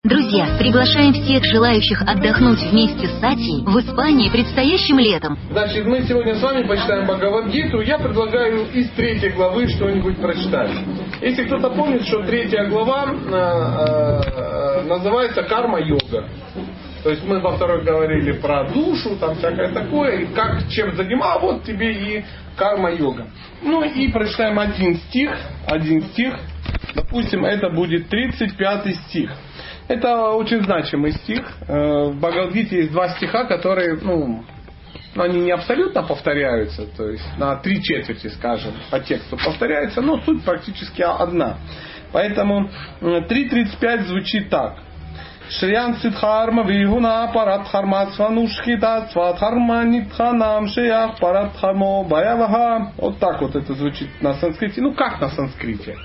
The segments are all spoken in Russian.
Друзья, приглашаем всех желающих отдохнуть вместе с Сатьей в Испании предстоящим летом. Значит, мы сегодня с вами почитаем Бхагавад-гиту. Я предлагаю из 3 главы что-нибудь прочитать. Если кто-то помнит, что 3 глава называется «Карма-йога». То есть мы во 2 говорили про душу, там всякое такое, и как чем заниматься, вот тебе и карма-йога. Ну и прочитаем один стих. Допустим, это будет 35 стих. Это очень значимый стих. В Бхагавад-гите есть 2 стиха, которые, они не абсолютно повторяются, то есть на 3/4, скажем, по тексту повторяются, но суть практически одна. Поэтому 3.35 звучит так. Шриян Сидхарма Вигуна Парадхарма Сванушхита Свадхарма Нитханам Шеях Парадхармо Баяваха. Вот так вот это звучит на санскрите. Как на санскрите?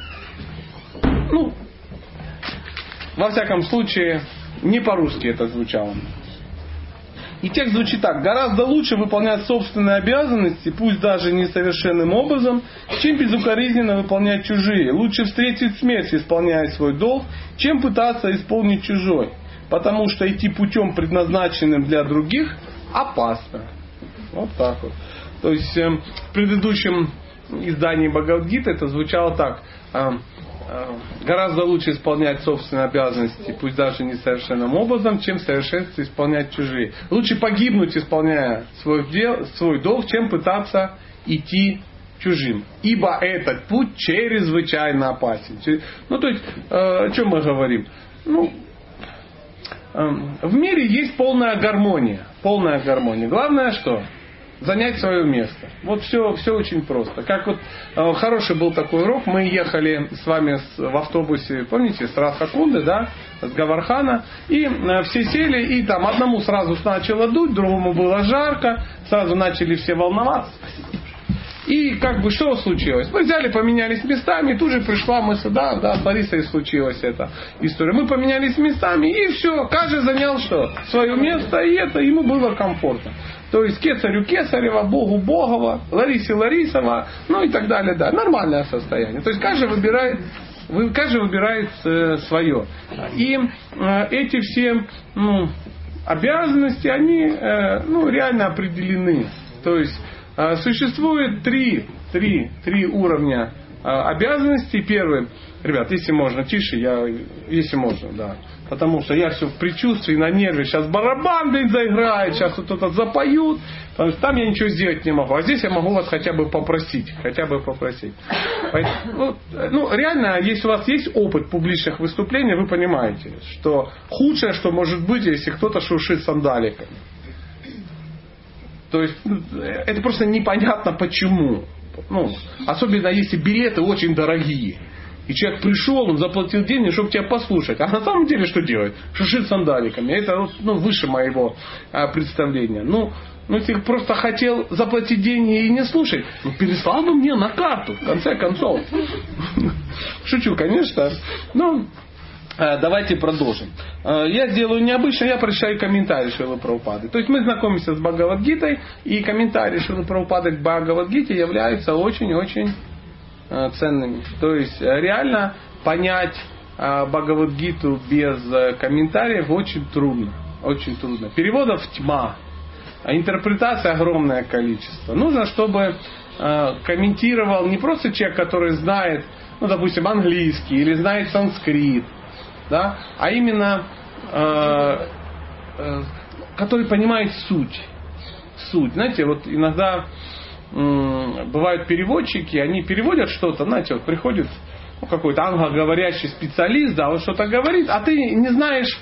Во всяком случае, не по-русски это звучало. И текст звучит так. Гораздо лучше выполнять собственные обязанности, пусть даже несовершенным образом, чем безукоризненно выполнять чужие. Лучше встретить смерть, исполняя свой долг, чем пытаться исполнить чужой. Потому что идти путем, предназначенным для других, опасно. Вот так вот. То есть в предыдущем издании Бхагавад-гиты это звучало так. Гораздо лучше исполнять собственные обязанности, пусть даже несовершенным образом, чем в совершенстве исполнять чужие. Лучше погибнуть, исполняя свой долг, чем пытаться идти чужим. Ибо этот путь чрезвычайно опасен. То есть, о чем мы говорим? В мире есть полная гармония. Полная гармония. Главное что? Занять свое место. Вот все очень просто. Как вот хороший был такой урок. Мы ехали с вами в автобусе, помните, с Радхакунды, да, с Гавархана. И все сели, и там одному сразу начало дуть, другому было жарко, сразу начали все волноваться. И что случилось? Мы взяли, поменялись местами, и тут же пришла мысль, да, с Ларисой случилась эта история. Мы поменялись местами, и все, каждый занял что? Свое место, и это ему было комфортно. То есть Кесарю Кесарева, Богу Богова, Ларисе Ларисова, и так далее. Да, нормальное состояние. То есть каждый выбирает свое. И эти все обязанности, они реально определены. То есть существует три уровня обязанностей. Первый, ребят, если можно, тише, если можно, да. Потому что я все в предчувствии, на нерве. Сейчас барабан, заиграет, сейчас вот кто-то запоют. Потому что там я ничего сделать не могу. А здесь я могу вас хотя бы попросить. Реально, если у вас есть опыт публичных выступлений, вы понимаете, что худшее, что может быть, если кто-то шуршит сандаликами. То есть, это просто непонятно почему. Особенно если билеты очень дорогие. И человек пришел, он заплатил деньги, чтобы тебя послушать. А на самом деле что делает? Шуршит сандаликами. Это выше моего представления. Если просто хотел заплатить деньги и не слушать, переслал бы мне на карту, в конце концов. Шучу, конечно. Давайте продолжим. Я сделаю необычно, я прочитаю комментарии Шрилы Прабхупады. То есть мы знакомимся с Бхагавад-гитой, и комментарии Шрилы Прабхупады к Бхагавад-гите являются очень-очень ценными. То есть реально понять Бхагавад-гиту без комментариев очень трудно. Очень трудно. Переводов тьма. Интерпретация огромное количество. Нужно, чтобы комментировал не просто человек, который знает, допустим, английский или знает санскрит, да, а именно который понимает суть. Знаете, вот иногда бывают переводчики, они переводят что-то, знаете, вот приходит какой-то англоговорящий специалист, да, он что-то говорит, а ты не знаешь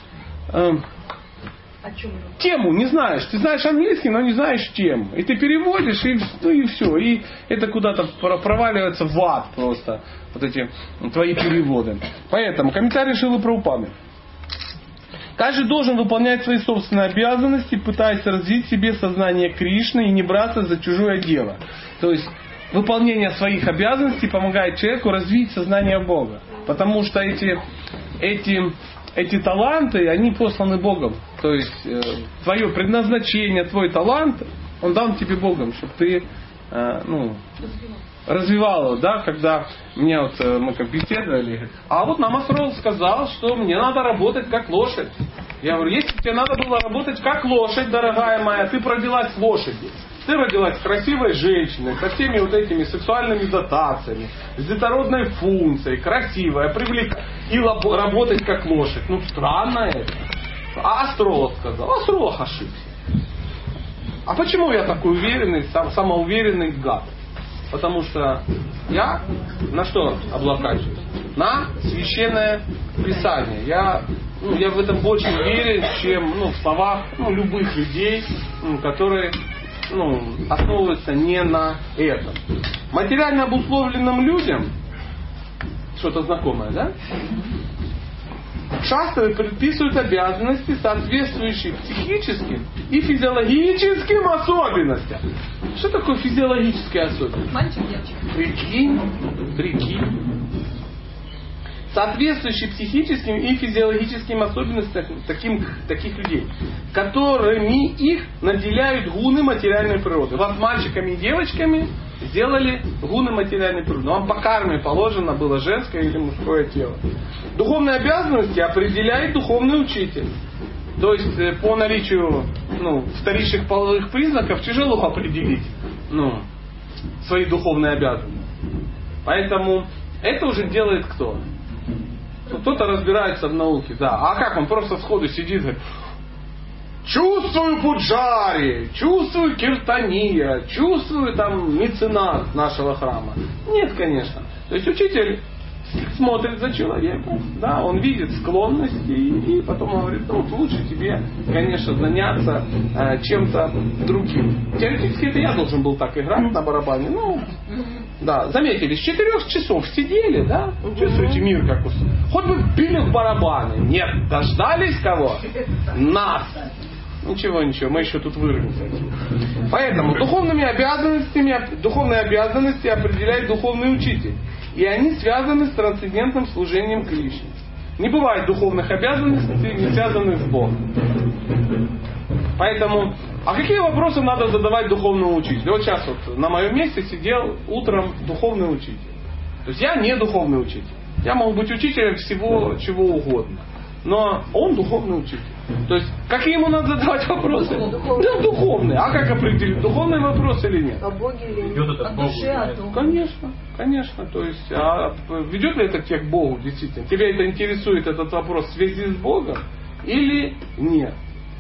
тему, не знаешь. Ты знаешь английский, но не знаешь тему. И ты переводишь, и все. И это куда-то проваливается в ад просто. Вот эти твои переводы. Поэтому комментарий Шрилы Прабхупады. Каждый должен выполнять свои собственные обязанности, пытаясь развить в себе сознание Кришны и не браться за чужое дело. То есть выполнение своих обязанностей помогает человеку развить сознание Бога. Потому что эти таланты, они посланы Богом. То есть твое предназначение, твой талант, он дан тебе Богом, чтобы ты развивал, да, когда мне вот мы как беседовали, а вот нам Асрол сказал, что мне надо работать как лошадь. Я говорю, если тебе надо было работать как лошадь, дорогая моя, ты родилась лошадью. Ты родилась красивой женщиной, со всеми вот этими сексуальными дотациями, с детородной функцией, красивая, и работать как лошадь. Ну, странно это. А астролог сказал, астролог ошибся. А почему я такой уверенный, самоуверенный гад? Потому что я на что облокачиваюсь? На священное писание. Я в этом больше уверен, чем в словах любых людей, которые основываются не на этом. Материально обусловленным людям, что-то знакомое, да? Шастры предписывают обязанности, соответствующие психическим и физиологическим особенностям. Что такое физиологические особенности? Мальчик, девочка. Прикинь. Соответствующие психическим и физиологическим особенностям таких людей, которыми их наделяют гуны материальной природы. Вас мальчиками и девочками сделали гуны материальной природы. Вам по карме положено было женское или мужское тело. Духовные обязанности определяет духовный учитель. То есть по наличию вторичных половых признаков тяжело определить свои духовные обязанности. Поэтому это уже делает кто? Кто-то разбирается в науке, да. А как он просто сходу сидит и говорит, чувствую пуджари, чувствую киртания, чувствую меценат нашего храма. Нет, конечно. То есть учитель смотрит за человеком, да, он видит склонности и потом он говорит, лучше тебе, конечно, заняться чем-то другим. Теоретически это я должен был так играть на барабане. Да, заметили, с 4 часов сидели, да, чувствуете мир как хоть бы пили в барабаны. Нет, дождались кого? Нас. Ничего, мы еще тут вырвемся. Поэтому духовные обязанности определяет духовный учитель. И они связаны с трансцендентным служением Кришне. Не бывает духовных обязанностей, не связанных с Богом. Поэтому, а какие вопросы надо задавать духовному учителю? Вот сейчас на моем месте сидел утром духовный учитель. То есть я не духовный учитель. Я могу быть учителем всего, чего угодно. Но он духовный учитель. То есть, какие ему надо задавать вопросы? Да, духовные. А как определить, духовный вопрос или нет? О Боге или нет? О душе, о духе. Конечно. То есть, ведет ли это тебя к Богу, действительно? Тебя это интересует, этот вопрос в связи с Богом или нет?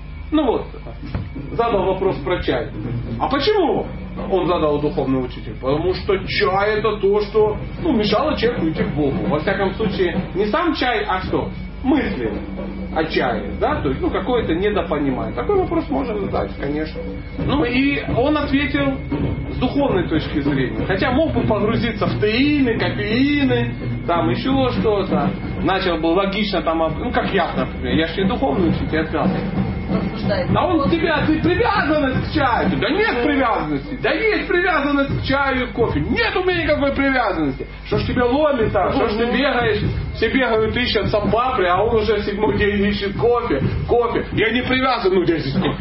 Задал вопрос про чай. А почему он задал духовный учитель? Потому что чай это то, что мешало человеку идти к Богу. Во всяком случае, не сам чай, а что? Мысли о чае, да, то есть, какое-то недопонимание. Такой вопрос можно задать, конечно. И он ответил с духовной точки зрения. Хотя мог бы погрузиться в теины, кофеины, еще что-то. Начал бы логично как я, например. Я же не духовный учитель, я сказал. А он ты привязанность к чаю. Да нет привязанности. Да есть привязанность к чаю и кофе. Нет у меня никакой привязанности. Что ж тебя ломит-то? Что ж ты бегаешь? Все бегают, ищут самбапри, а он уже 7-й день ищет кофе. Я не привязан. Где здесь кофе?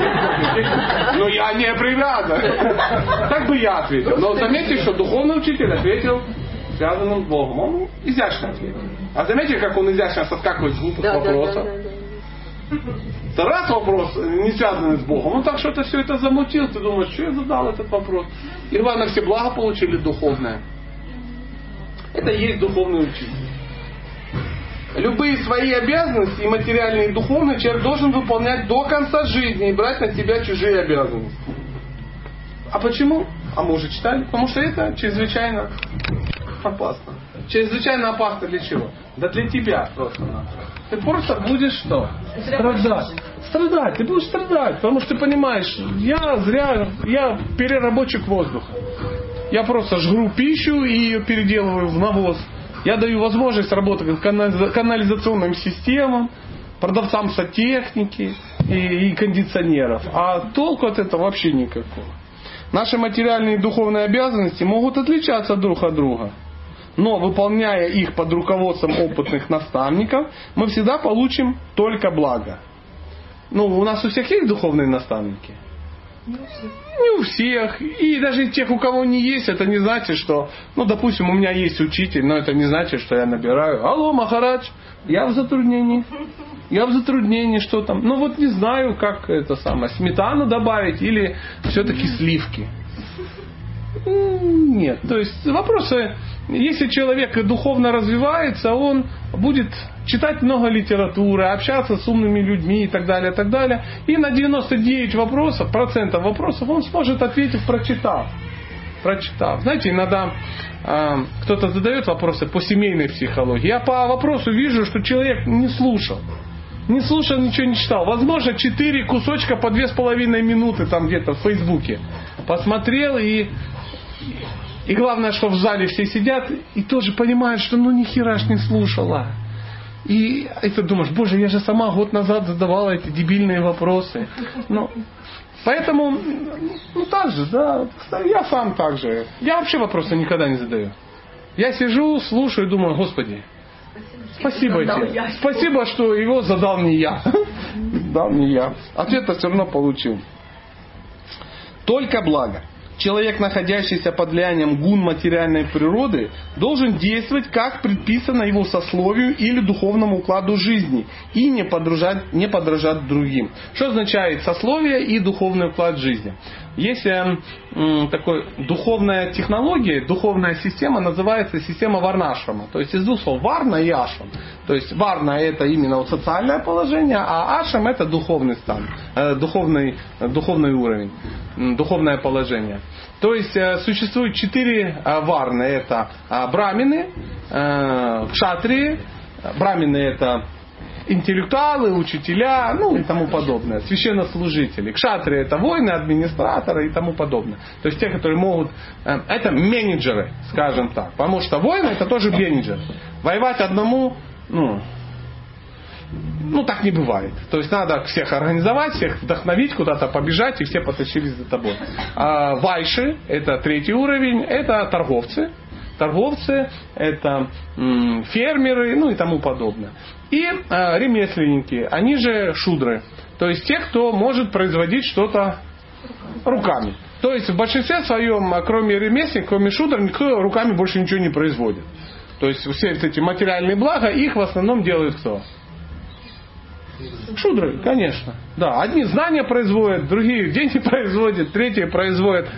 Я не привязан. Так бы я ответил. Но заметьте, что духовный учитель ответил связанным с Богом. Он изящно ответил. А заметьте, как он изящно соскакивает с глупых вопросов. Раз вопрос не связанный с Богом, так что-то все это замутил, ты думаешь, что я задал этот вопрос? И главное, все блага получили духовное. Это и есть духовный учитель. Любые свои обязанности, и материальные, и духовные, человек должен выполнять до конца жизни и брать на себя чужие обязанности. А почему? А мы уже читали. Потому что это чрезвычайно опасно. Чрезвычайно опасно для чего? Да для тебя просто. Ты просто будешь что? Страдать. Ты будешь страдать. Потому что ты понимаешь, я переработчик воздуха. Я просто жру пищу и ее переделываю в навоз. Я даю возможность работать канализационным системам, продавцам сантехники и кондиционеров. А толку от этого вообще никакого. Наши материальные и духовные обязанности могут отличаться друг от друга. Но выполняя их под руководством опытных наставников, мы всегда получим только благо. У нас у всех есть духовные наставники? Не у всех. И даже тех, у кого не есть, это не значит, что, ну, допустим, у меня есть учитель, но это не значит, что я набираю: алло, Махарадж, я в затруднении. Я в затруднении, что там. Ну вот не знаю, как это самое, сметану добавить или все-таки сливки. Нет. То есть вопросы, если человек духовно развивается, он будет читать много литературы, общаться с умными людьми и так далее, и так далее. И на 99% вопросов он сможет ответить, прочитав. Знаете, иногда кто-то задает вопросы по семейной психологии. Я по вопросу вижу, что человек не слушал. Не слушал, ничего не читал. Возможно, 4 кусочка по 2,5 минуты там где-то в Фейсбуке посмотрел, и главное, что в зале все сидят и тоже понимают, что ну ни хера ж не слушала. И ты думаешь: боже, я же сама год назад задавала эти дебильные вопросы. Ну, поэтому, ну так же, да, я сам так же. Я вообще вопросы никогда не задаю. Я сижу, слушаю и думаю: Господи, спасибо тебе. Спасибо, что его задал не я. Дал не я. Ответ-то все равно получил. Только благо. Человек, находящийся под влиянием гун материальной природы, должен действовать, как предписано его сословию или духовному укладу жизни, и не подражать другим. Что означает сословие и духовный уклад жизни? Есть такой духовная технология, духовная система, называется система варнашрама. То есть из двух слов: варна и ашрам. То есть варна — это именно вот социальное положение, а ашрам — это духовный стан, духовный уровень, духовное положение. То есть существует 4 варны. Это брамины, кшатрии. Брамины — это интеллектуалы, учителя, ну и тому подобное, священнослужители. Кшатрии — это воины, администраторы и тому подобное. То есть те, которые могут... Это менеджеры, скажем так. Потому что воины — это тоже менеджеры. Воевать одному, ну так не бывает. То есть надо всех организовать, всех вдохновить, куда-то побежать, и все потащились за тобой. Вайши — это 3-й уровень, это торговцы. Торговцы, это фермеры, ну и тому подобное. И ремесленники, они же шудры. То есть те, кто может производить что-то руками. То есть в большинстве своем, кроме ремесленников, кроме шудр, никто руками больше ничего не производит. То есть все эти материальные блага, их в основном делают кто? Шудры, конечно. Да, одни знания производят, другие деньги производят, третьи производят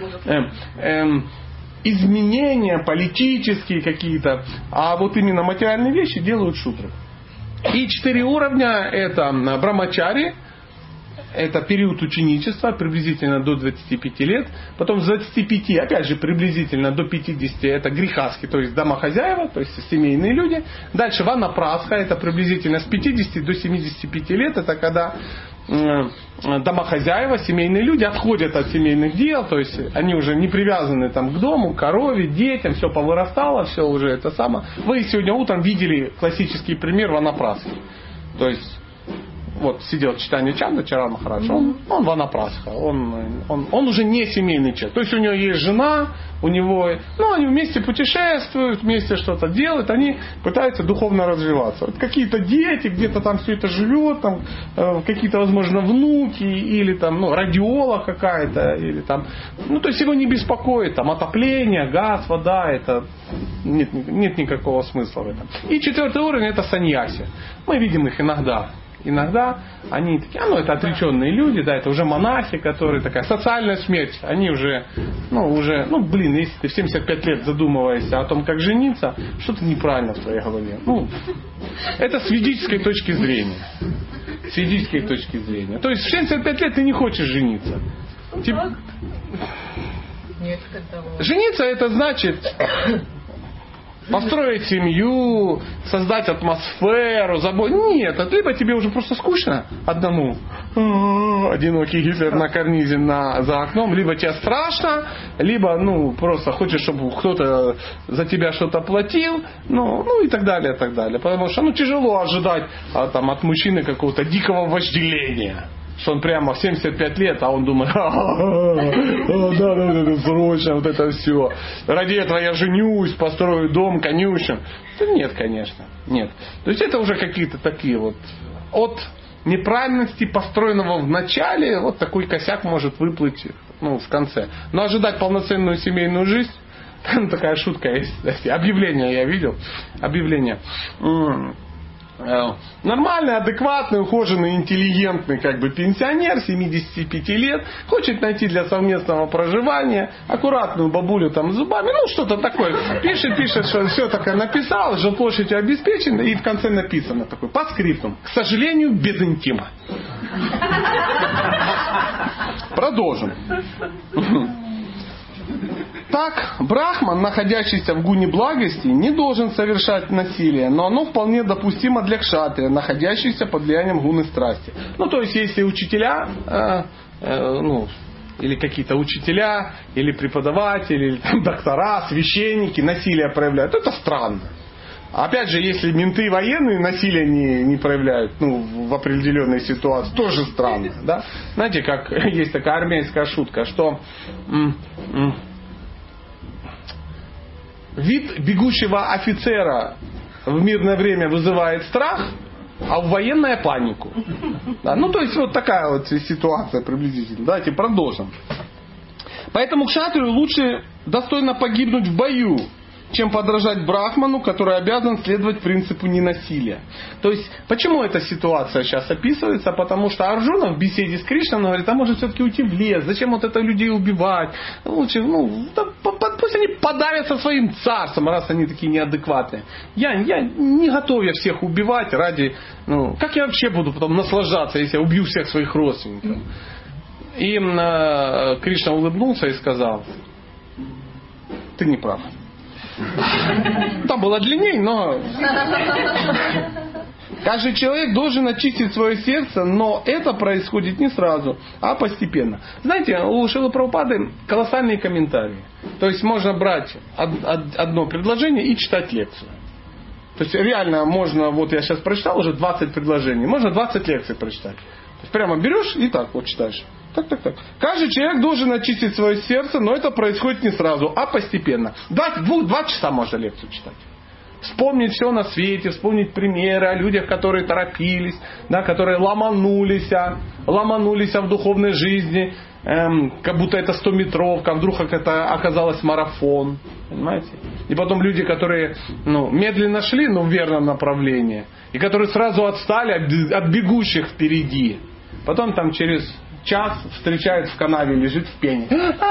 изменения политические какие-то, а вот именно материальные вещи делают шудры. И 4 уровня — это брамачари, это период ученичества, приблизительно до 25 лет. Потом с 25, опять же, приблизительно до 50 это грихаски, то есть домохозяева, то есть семейные люди. Дальше ванапрасха, это приблизительно с 50 до 75 лет, это когда домохозяева, семейные люди отходят от семейных дел, то есть они уже не привязаны там к дому, к корове, детям, все повырастало, все уже это самое. Вы сегодня утром видели классический пример ванапрасхи. То есть вот сидел Чайтанья Чанда, Чаран Махарадж, он ванапрасха, он уже не семейный человек. То есть у него есть жена, у него, они вместе путешествуют, вместе что-то делают, они пытаются духовно развиваться. Вот какие-то дети, где-то там все это живет, там какие-то, возможно, внуки, или там, радиола какая-то, или там, то есть его не беспокоит, там, отопление, газ, вода, это нет никакого смысла в этом. И 4-й уровень — это саньяси. Мы видим их иногда. Иногда они такие, это отреченные люди, да, это уже монахи, которые такая социальная смерть. Они уже, если ты в 75 лет задумываешься о том, как жениться, что-то неправильно в твоей голове. Это с ведической точки зрения. С ведической точки зрения. То есть в 75 лет ты не хочешь жениться. Жениться — это значит построить семью, создать атмосферу, заботу. Нет, либо тебе уже просто скучно одному, одинокий Гитлер на карнизе за окном, либо тебе страшно, либо просто хочешь, чтобы кто-то за тебя что-то платил, и так далее, и так далее. Потому что тяжело ожидать от мужчины какого-то дикого вожделения. Что он прямо в 75 лет, а он думает: да, срочно, вот это все. Ради этого я женюсь, построю дом, конюшен. Да нет, конечно, нет. То есть это уже какие-то такие вот от неправильности построенного в начале, вот такой косяк может выплыть в конце. Но ожидать полноценную семейную жизнь, там такая шутка есть, объявление я видел, объявление. Нормальный, адекватный, ухоженный, интеллигентный пенсионер 75 лет хочет найти для совместного проживания аккуратную бабулю с зубами, что-то такое. Пишет, что все такое написал, жилплощадью обеспечено, и в конце написано такое, по скриптум, к сожалению, без интима. Продолжим. Так, брахман, находящийся в гуне благости, не должен совершать насилие, но оно вполне допустимо для кшатрия, находящихся под влиянием гуны страсти. То есть, если учителя, или какие-то учителя, или преподаватели, или доктора, священники насилие проявляют, это странно. Опять же, если менты военные насилие не проявляют в определенной ситуации, тоже странно. Да? Знаете, как есть такая армейская шутка, что вид бегущего офицера в мирное время вызывает страх, а в военное панику. Да? То есть, вот такая вот ситуация приблизительно. Давайте продолжим. Поэтому кшатрию лучше достойно погибнуть в бою, чем подражать брахману, который обязан следовать принципу ненасилия. То есть, почему эта ситуация сейчас описывается? Потому что Арджуна в беседе с Кришной говорит, а может все-таки уйти в лес, зачем вот это людей убивать? Лучше, пусть они подавятся своим царством, раз они такие неадекватные. Я не готов всех убивать ради... как я вообще буду потом наслаждаться, если я убью всех своих родственников? И Кришна улыбнулся и сказал, ты не прав. Там было длиннее, но... Каждый человек должен очистить свое сердце, но это происходит не сразу, а постепенно. Знаете, у Шрилы Прабхупады колоссальные комментарии. То есть можно брать одно предложение и читать лекцию. То есть реально можно, вот я сейчас прочитал уже 20 предложений, можно 20 лекций прочитать. То есть прямо берешь и так вот читаешь. Так. Каждый человек должен очистить свое сердце, но это происходит не сразу, а постепенно. 2 часа можно лекцию читать. Вспомнить все на свете, вспомнить примеры о людях, которые торопились, да, которые ломанулись в духовной жизни, как будто это 100-метровка, вдруг это оказалось марафон. Понимаете? И потом люди, которые медленно шли, но в верном направлении, и которые сразу отстали от бегущих впереди. Потом там через час встречают в канаве, лежит в пене.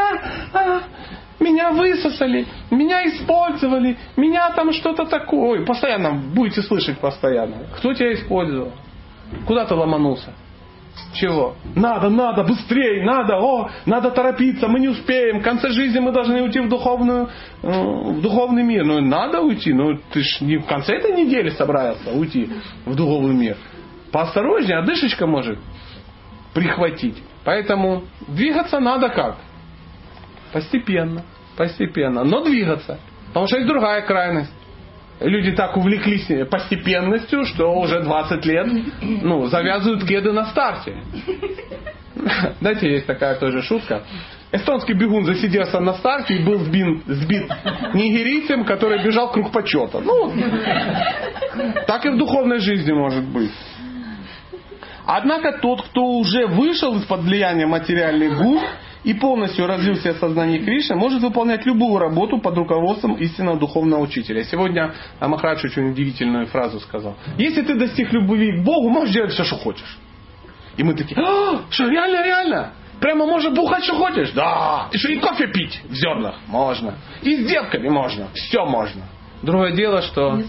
Меня высосали, меня использовали, меня там что-то такое. Постоянно будете слышать постоянно. Кто тебя использовал? Куда ты ломанулся? Чего? Надо, быстрее, надо торопиться, мы не успеем. В конце жизни мы должны уйти в духовный мир. Надо уйти, ты ж не в конце этой недели собрался уйти в духовный мир. Поосторожнее, одышечка может прихватить. Поэтому двигаться надо как? Постепенно. Но двигаться. Потому что есть другая крайность. Люди так увлеклись постепенностью, что уже 20 лет завязывают кеды на старте. Знаете, есть такая тоже шутка. Эстонский бегун засиделся на старте и был сбит нигерийцем, который бежал круг почета. Так и в духовной жизни может быть. Однако тот, кто уже вышел из-под влияния материальных гун и полностью развился в сознании Кришны, может выполнять любую работу под руководством истинного духовного учителя. Сегодня Махарадж очень удивительную фразу сказал. Если ты достиг любви к Богу, можешь делать все, что хочешь. И мы такие, что реально? Прямо можно бухать, что хочешь? Да. И что, и кофе пить в зернах? Можно. И с девками можно. Все можно. Другое дело, что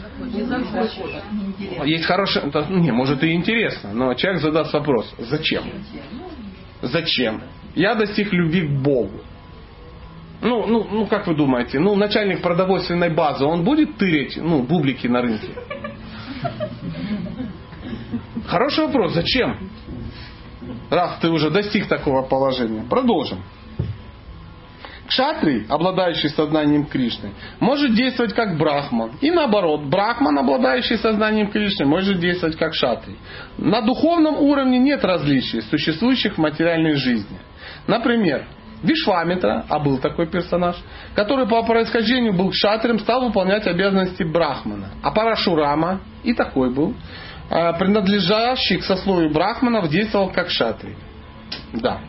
есть хорошее... может и интересно, но человек задаст вопрос. Зачем? Я достиг любви к Богу. Как вы думаете, начальник продовольственной базы, он будет тырить, бублики на рынке? Хороший вопрос, зачем? Раз ты уже достиг такого положения. Продолжим. Кшатрий, обладающий сознанием Кришны, может действовать как брахман. И наоборот, брахман, обладающий сознанием Кришны, может действовать как кшатрий. На духовном уровне нет различий, существующих в материальной жизни. Например, Вишвамитра, а был такой персонаж, который по происхождению был кшатрием, стал выполнять обязанности брахмана. А Парашурама, и такой был, принадлежащий к сословию брахманов, действовал как кшатрий. Да.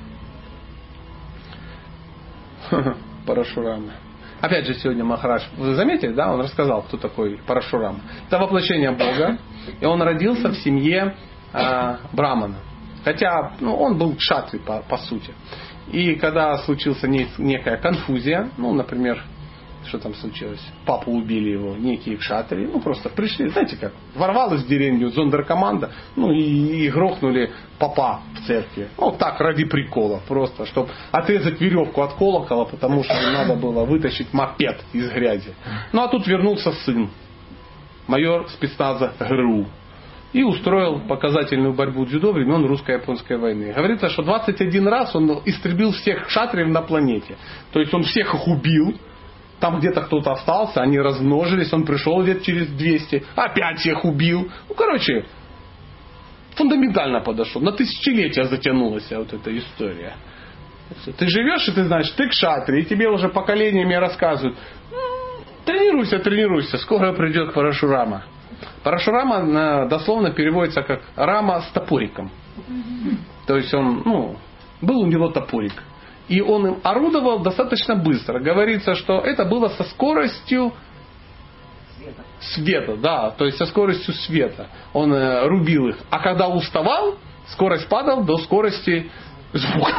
Парашурама. Опять же, сегодня Махарадж, вы заметили, да, он рассказал, кто такой Парашурама. Это воплощение Бога, и он родился в семье брамана. Хотя он был кшатри по сути. И когда случилась некая конфузия, например, что там случилось? Папу убили его, некие кшатри, просто пришли, знаете как, ворвалась в деревню зондеркоманда, и грохнули попа в церкви. Так, ради прикола, просто, чтобы отрезать веревку от колокола, потому что надо было вытащить мопед из грязи. А тут вернулся сын, майор спецназа ГРУ, и устроил показательную борьбу дзюдо времен русско-японской войны. Говорится, что 21 раз он истребил всех кшатриев на планете. То есть он всех их убил. Там где-то кто-то остался, они размножились, он пришел лет через 200, опять всех убил. Фундаментально подошел. На тысячелетия затянулась вот эта история. Ты живешь, и ты знаешь, ты кшатри, и тебе уже поколениями рассказывают. Тренируйся, скоро придет Парашурама. Парашурама дословно переводится как рама с топориком. То есть был у него топорик. И он им орудовал достаточно быстро. Говорится, что это было со скоростью света. Да, то есть со скоростью света. Он рубил их. А когда уставал, скорость падала до скорости звука.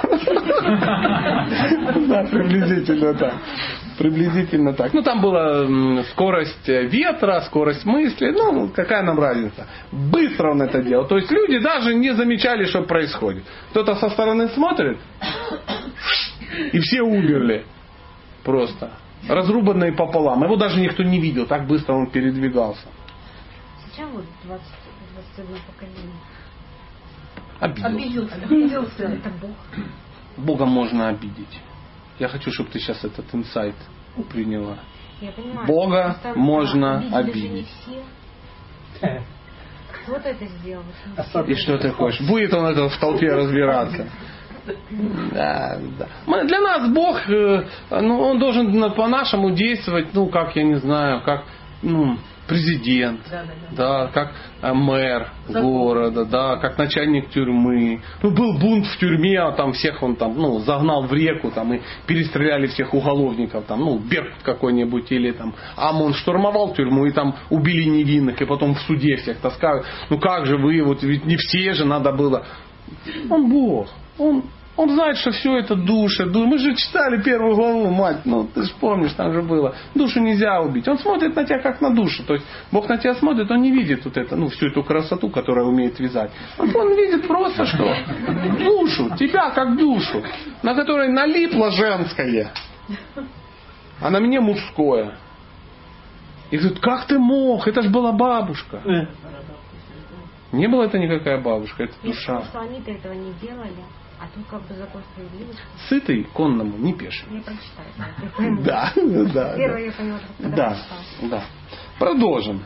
Да, приблизительно так. Там была скорость ветра, скорость мысли. Какая нам разница? Быстро он это делал. То есть люди даже не замечали, что происходит. Кто-то со стороны смотрит, и все умерли. Просто. Разрубанные пополам. Его даже никто не видел. Так быстро он передвигался. Сейчас 21 поколение. Обиделся. Это Бог. Бога можно обидеть. Я хочу, чтобы ты сейчас этот инсайт приняла. Я понимаю. Бога можно обидеть. Кто-то это сделал. И что ты хочешь? Будет он это в толпе разбираться. Да. Для нас Бог, он должен по-нашему действовать, как, я не знаю, как президент, да, как мэр города, да, как начальник тюрьмы. Был бунт в тюрьме, а там всех он загнал в реку, и перестреляли всех уголовников, Беркут какой-нибудь, или ОМОН штурмовал тюрьму, и там убили невинных, и потом в суде всех таскают. Как же вы, ведь не все же надо было. Он Бог. Он знает, что все это душа. Мы же читали первую главу, мать. Ты же помнишь, там же было. Душу нельзя убить. Он смотрит на тебя как на душу. То есть Бог на тебя смотрит, он не видит всю эту красоту, которая умеет вязать. Он видит просто что? Душу. Тебя как душу. На которой налипло женское. А на мне мужское. И говорит, как ты мог? Это же была бабушка. Не была это никакая бабушка, это душа. Потому что они-то этого не делали, а тут закон справедливости. Сытый конному не пеший. Я прочитаю. Да. Первое я поняла, когда Да. Продолжим.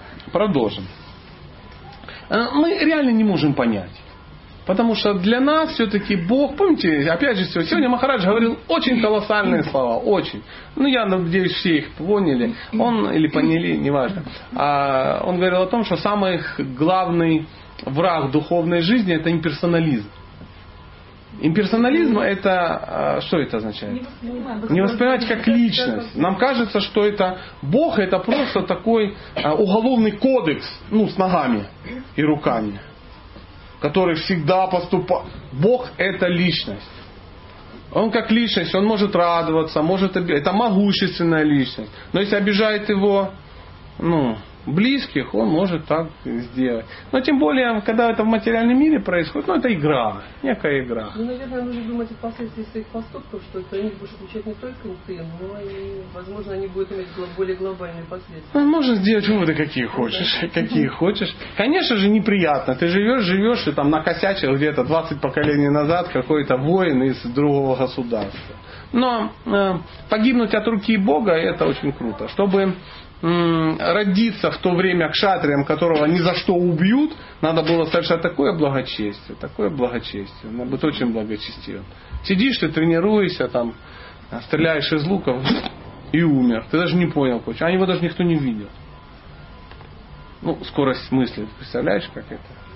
Мы реально не можем понять. Потому что для нас все-таки Бог, помните, опять же, сегодня Махарадж говорил очень колоссальные слова, очень. Я надеюсь, все их поняли, или поняли, неважно. Он говорил о том, что самый главный враг духовной жизни – это имперсонализм. Имперсонализм – это, что это означает? Не воспринимать как личность. Нам кажется, что это Бог – это просто такой уголовный кодекс, с ногами и руками, который всегда поступает. Бог – это личность. Он как личность, он может радоваться, может обижать. Это могущественная личность. Но если обижает его, близких, он может так сделать. Но тем более, когда это в материальном мире происходит, это игра, некая игра. Наверное, нужно думать о последствиях своих поступков, что это они будут включать не только интим, но и, возможно, они будут иметь более глобальные последствия. Можно сделать выводы, какие хочешь. Конечно же, неприятно. Ты живешь, и там накосячил где-то 20 поколений назад какой-то воин из другого государства. Но погибнуть от руки Бога, это очень круто. Чтобы родиться в то время кшатрием, которого ни за что убьют, надо было совершать такое благочестие. Надо быть очень благочестивым. Сидишь, ты тренируешься, стреляешь из луков и умер. Ты даже не понял, почему. А его даже никто не видел. Скорость мысли. Представляешь, как это?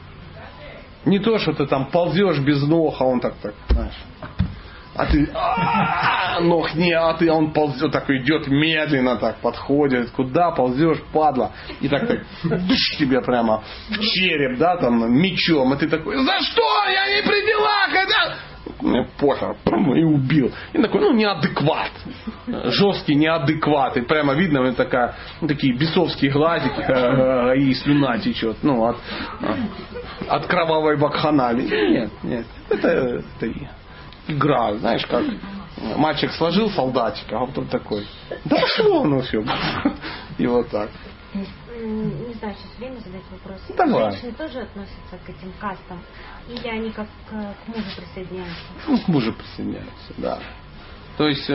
Не то, что ты там ползешь без ног, а он так, знаешь. А ты, ног не, а он ползет, так идет медленно, так подходит. Куда ползешь, падла? И так душ тебе прямо в череп, да, там, мечом. И ты такой, за что? Я не при делах, это... Мне похер, и убил. И такой, неадекват. Жесткий неадекват. И прямо видно, вот такая, такие бесовские глазики, и слюна течет. От кровавой вакханалии. Нет. Это игра, знаешь, как мальчик сложил солдатика, а потом такой, да пошло оно все. И вот так. Не знаю, сейчас время задать вопрос. Давай. Женщины тоже относятся к этим кастам? Или они как к мужу присоединяются? К мужу присоединяются, да. То есть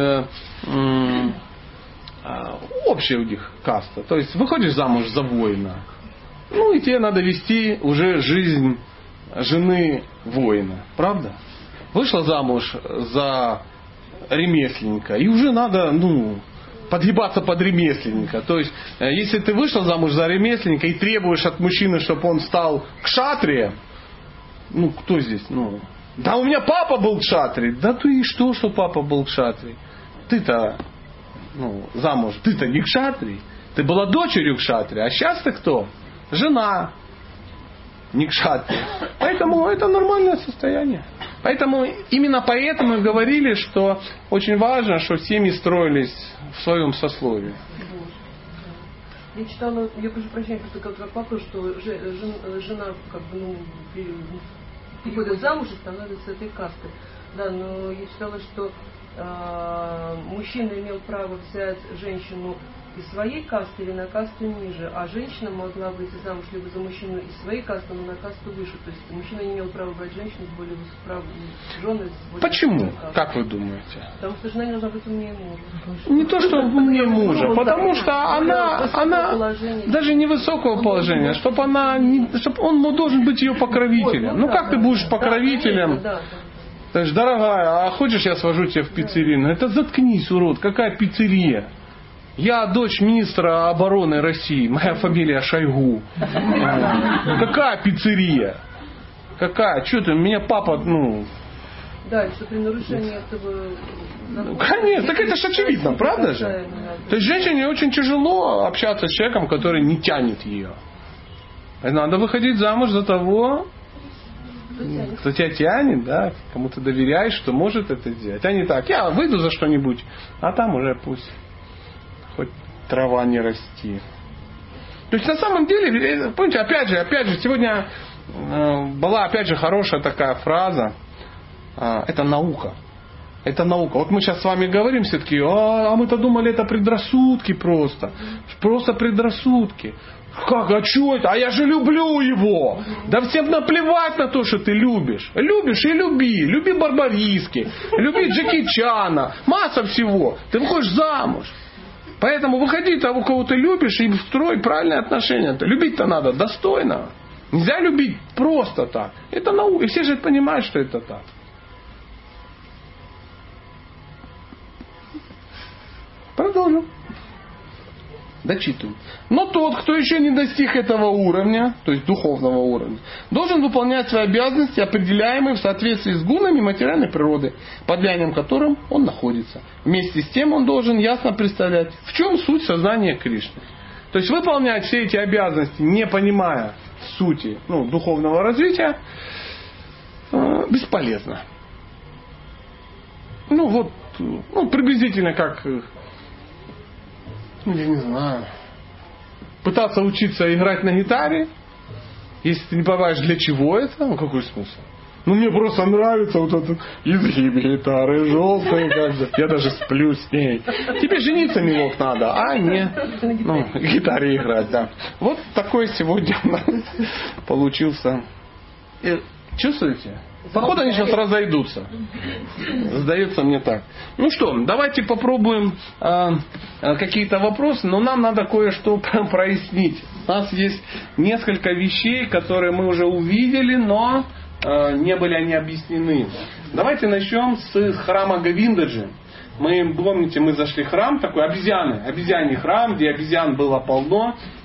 общая у них каста. То есть выходишь замуж за воина, и тебе надо вести уже жизнь жены воина. Правда? Вышла замуж за ремесленника, и уже надо, подгибаться под ремесленника. То есть, если ты вышла замуж за ремесленника и требуешь от мужчины, чтобы он стал кшатрием, кто здесь? Да у меня папа был кшатрий. Да ты и что папа был кшатрий? Ты-то, замуж, ты-то не кшатрий. Ты была дочерью кшатрия, а сейчас ты кто? Жена. Не кшатрий. Поэтому это нормальное состояние. Именно поэтому и говорили, что очень важно, что семьи строились в своем сословии. Я читала, я прошу прощения, просто как вопрос, что жена приходит замуж и становится этой кастой. Да, но я читала, что мужчина имел право взять женщину из своей касты или на касту ниже, а женщина могла выйти замуж либо за мужчину из своей касты, но на касту выше. То есть мужчина не имел права брать женщину с более высокой жены. Почему? Как вы думаете? Потому что жена не должна быть умнее мужа. Не то, что умнее мужа, потому что она даже не высокого положения, чтобы он должен быть ее покровителем. Как ты будешь покровителем? То есть, дорогая, а хочешь я свожу тебя в пиццерию? Это заткнись, урод, какая пиццерия? Я дочь министра обороны России. Моя фамилия Шойгу. Какая пиццерия? Какая? Что ты? Меня папа, Да, что при нарушении этого... Конечно, так это же очевидно, правда же? То есть женщине очень тяжело общаться с человеком, который не тянет ее. Надо выходить замуж за того, кто тебя тянет, да, кому ты доверяешь, что может это сделать. А не так, я выйду за что-нибудь, а там уже пусть хоть трава не расти. То есть на самом деле, помните, опять же, сегодня была опять же хорошая такая фраза. Это наука. Это наука. Вот мы сейчас с вами говорим все-таки, а мы-то думали, это предрассудки просто. Просто предрассудки. Как, а что это? А я же люблю его. Да всем наплевать на то, что ты любишь. Любишь и люби. Люби Барбариски. Люби Джеки Чана. Масса всего. Ты выходишь замуж. Поэтому выходи того, кого ты любишь, и строй правильные отношения. Любить-то надо достойно. Нельзя любить просто так. Это наука. И все же понимают, что это так. Продолжим. Дочитываем. Но тот, кто еще не достиг этого уровня, то есть духовного уровня, должен выполнять свои обязанности, определяемые в соответствии с гунами материальной природы, под влиянием которым он находится. Вместе с тем он должен ясно представлять, в чем суть сознания Кришны. То есть выполнять все эти обязанности, не понимая сути духовного развития, бесполезно. Приблизительно как... я не знаю. Пытаться учиться играть на гитаре, если ты не понимаешь, для чего это, какой смысл? Мне просто нравится вот этот изгиб гитары, желтый, я даже сплю с ней. Тебе жениться, милок, надо, а не гитаре играть, да. Вот такой сегодня у нас получился. Чувствуете? Походу они сейчас разойдутся. Сдается мне так. Давайте попробуем какие-то вопросы, но нам надо кое-что прояснить. У нас есть несколько вещей, которые мы уже увидели, но не были они объяснены. Давайте начнем с храма Говиндаджи. Мы, помните, мы зашли в храм, такой обезьяний храм, где обезьян было полно,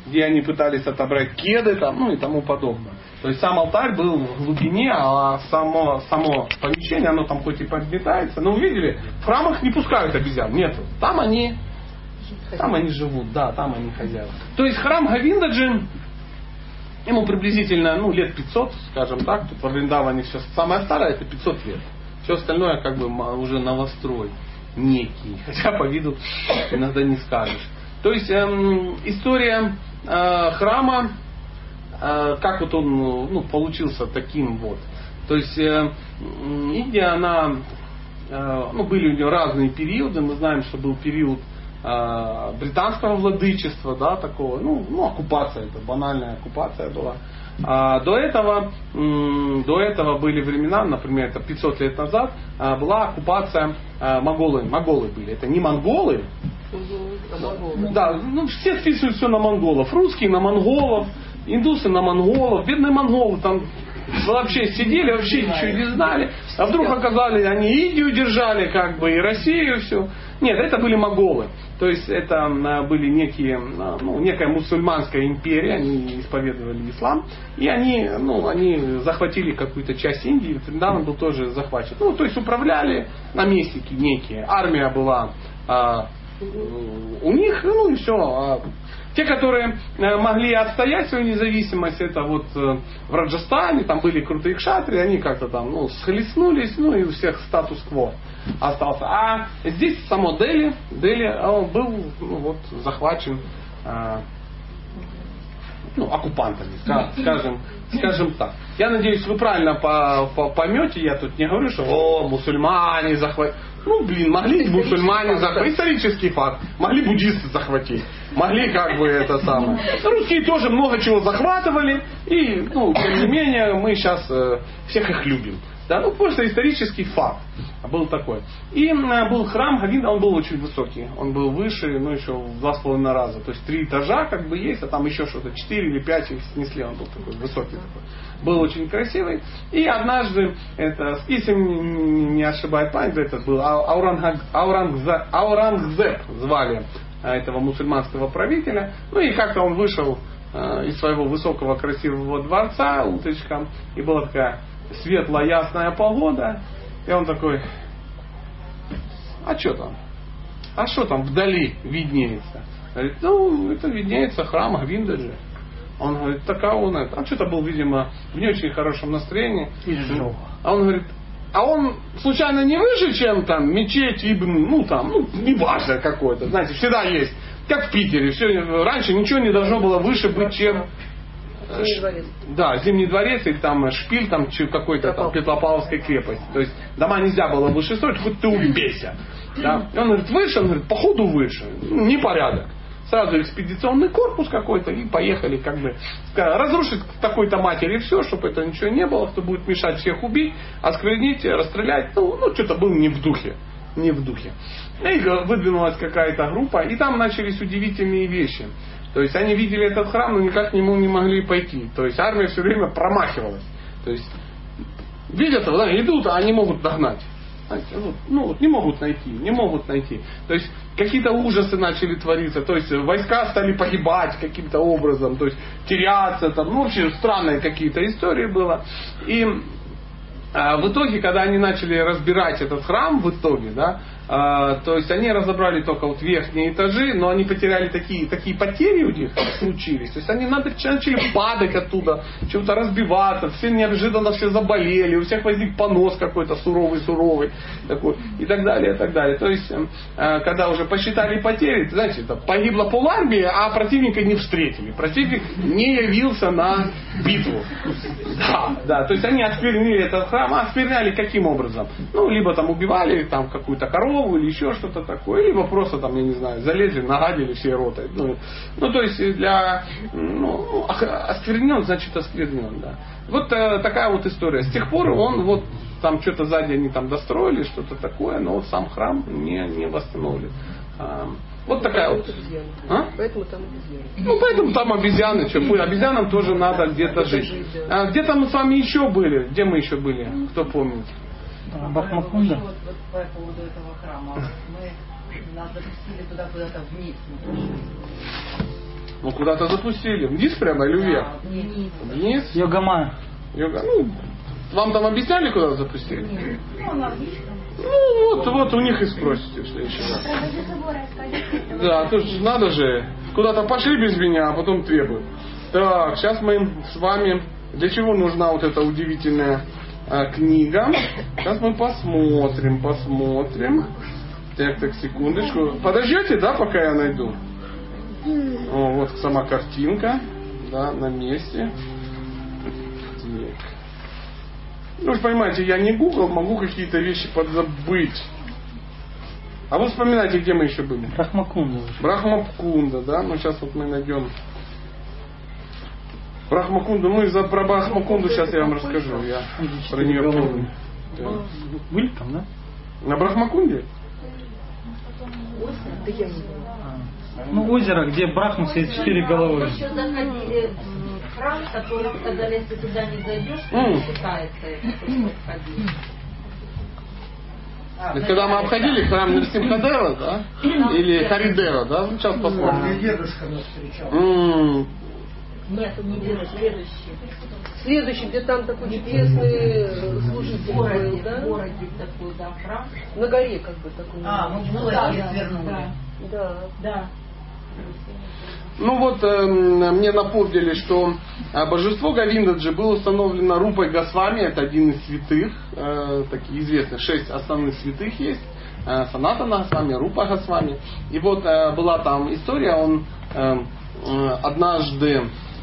где они пытались отобрать кеды там, ну и тому подобное. То есть сам алтарь был в глубине, а само помещение, оно там хоть и подметается, но увидели, в храмах не пускают обезьян, нет, там они живут, да, там они хозяева. То есть храм Говиндаджи, ему приблизительно лет 500, скажем так, тут во Вриндаване все самое старое, это 500 лет. Все остальное как бы уже новострой некий, хотя по виду иногда не скажешь. То есть история храма, как вот он получился таким вот. То есть Индия, она, были у нее разные периоды. Мы знаем, что был период британского владычества, да, такого, оккупация, это банальная оккупация была. До этого были времена, например, это 500 лет назад, была оккупация монголами. Монголы были. Это не монголы. Да, все списывают все на монголов. Русские на монголов, индусы на монголов, бедные монголы там вообще сидели, вообще ничего не знали. А вдруг оказались, они Индию держали, как бы, и Россию, все. Нет, это были монголы. То есть это были некая мусульманская империя, они исповедовали ислам, и они захватили какую-то часть Индии, Вриндаван был тоже захвачен. То есть управляли наместники некие, армия была у них, и все. Те, которые могли отстоять свою независимость, это вот в Раджастане, там были крутые кшатрии, они как-то там схлестнулись, и у всех статус-кво остался. А здесь само Дели он был захвачен оккупантами, скажем так. Я надеюсь, вы правильно поймете, я тут не говорю, что мусульмане захватили. Могли мусульмане захватить. Исторический факт. Могли буддисты захватить. Могли это самое. Русские тоже много чего захватывали. И, тем не менее, мы сейчас всех их любим. Да, просто исторический факт был такой. И был храм Говинда, он был очень высокий. Он был выше, еще в 2,5 раза. То есть 3 этажа есть, а там еще что-то 4 или 5 их снесли. Он был такой высокий. Был очень красивый. И однажды, если не ошибаюсь память, это был Аурангзеб звали этого мусульманского правителя. И как-то он вышел из своего высокого красивого дворца утречком, и была такая светлая ясная погода, и он такой: а что там? А что там вдали виднеется? Говорит, это виднеется храм Говиндаджи. Он говорит, он что-то был, видимо, в не очень хорошем настроении. А он говорит, а он случайно не выше, чем там мечеть Ибн, неважно какой-то, знаете, всегда есть, как в Питере, раньше ничего не должно было выше быть, чем Зимний дворец. Да, Зимний дворец или там шпиль там какой-то там Петропавловской крепости. То есть дома нельзя было выше строить, хоть ты убейся. Да? И он говорит, выше, он говорит, походу выше. Непорядок. Сразу экспедиционный корпус какой-то и поехали разрушить такой-то матери все, чтобы это ничего не было, кто будет мешать, всех убить, осквернить, расстрелять. Что-то было не в духе. И выдвинулась какая-то группа, и там начались удивительные вещи. То есть они видели этот храм, но никак к нему не могли пойти. То есть армия все время промахивалась. То есть видят его, идут, а они могут догнать. Не могут найти. То есть какие-то ужасы начали твориться. То есть войска стали погибать каким-то образом. То есть теряться. Вообще странные какие-то истории было. И в итоге, когда они начали разбирать этот храм, то есть они разобрали только верхние этажи, но они потеряли такие потери у них случились. То есть они начали падать оттуда, чего-то разбиваться, все неожиданно все заболели, у всех возник понос какой-то суровый такой, и так далее, и так далее. То есть, когда уже посчитали потери, знаете, погибла полармии, а противника не встретили. Противник не явился на битву. Да, то есть они осквернили этот храм, оскверняли каким образом? Либо убивали какую-то корову, или еще что-то такое, либо просто залезли, нагадили все роты. То есть для осквернен, значит осквернен, да. Вот такая вот история. С тех пор он что-то сзади они достроили, что-то такое, но сам храм не восстановлен. Вот такая вот. Поэтому там обезьяны. Поэтому там обезьяны. Обезьянам тоже надо где-то жить. Где-то мы с вами еще были. Где мы еще были? Кто помнит? Бахмакунда. По поводу этого храма. Нас допустили туда куда-то вниз. Ну, куда-то запустили. Вниз прямо или вверх? Вниз. Йога-майя. Ну, вам там объясняли, куда запустили? Ну, вот у них и спросите в следующий раз. Да, тут же надо же. Куда-то пошли без меня, а потом требуют. Так, сейчас мы с вами... Для чего нужна вот эта удивительная книга? Сейчас мы посмотрим. Так, секундочку. Подождете, да, пока я найду? О, вот сама картинка. Да, на месте. Так. Ну, вы же понимаете, я не Google, могу какие-то вещи подзабыть. А вы вспоминайте, где мы еще были? Брахмакунда. Брахмакунда, да? Ну, сейчас вот мы найдем Брахмакунду. Про Брахмакунду сейчас я вам расскажу. Я про нее помню. Да. Были там, да? На Брахмакунде? Да я не знаю. Ну, озеро, где Брахма сидит 4 головы. Еще заходили в храм, который, когда если туда не зайдешь, то не считается это, что входили. Это когда мы обходили храм Нарсимхадева, да? Или Харидева, да? Ну, сейчас посмотрим. Дедушка нас встречал. Нет, не следующий. Следующий, где там такой чудесный служитель был, да? В городе такой, да, храм. На горе как бы такой. Ну да, вернули. Да. Ну вот, мне напомнили, что божество Говиндаджи было установлено Рупой Госвами, это один из святых, такие известные, 6 основных святых есть, Санатана Госвами, Рупа Госвами. И вот была там история, он однажды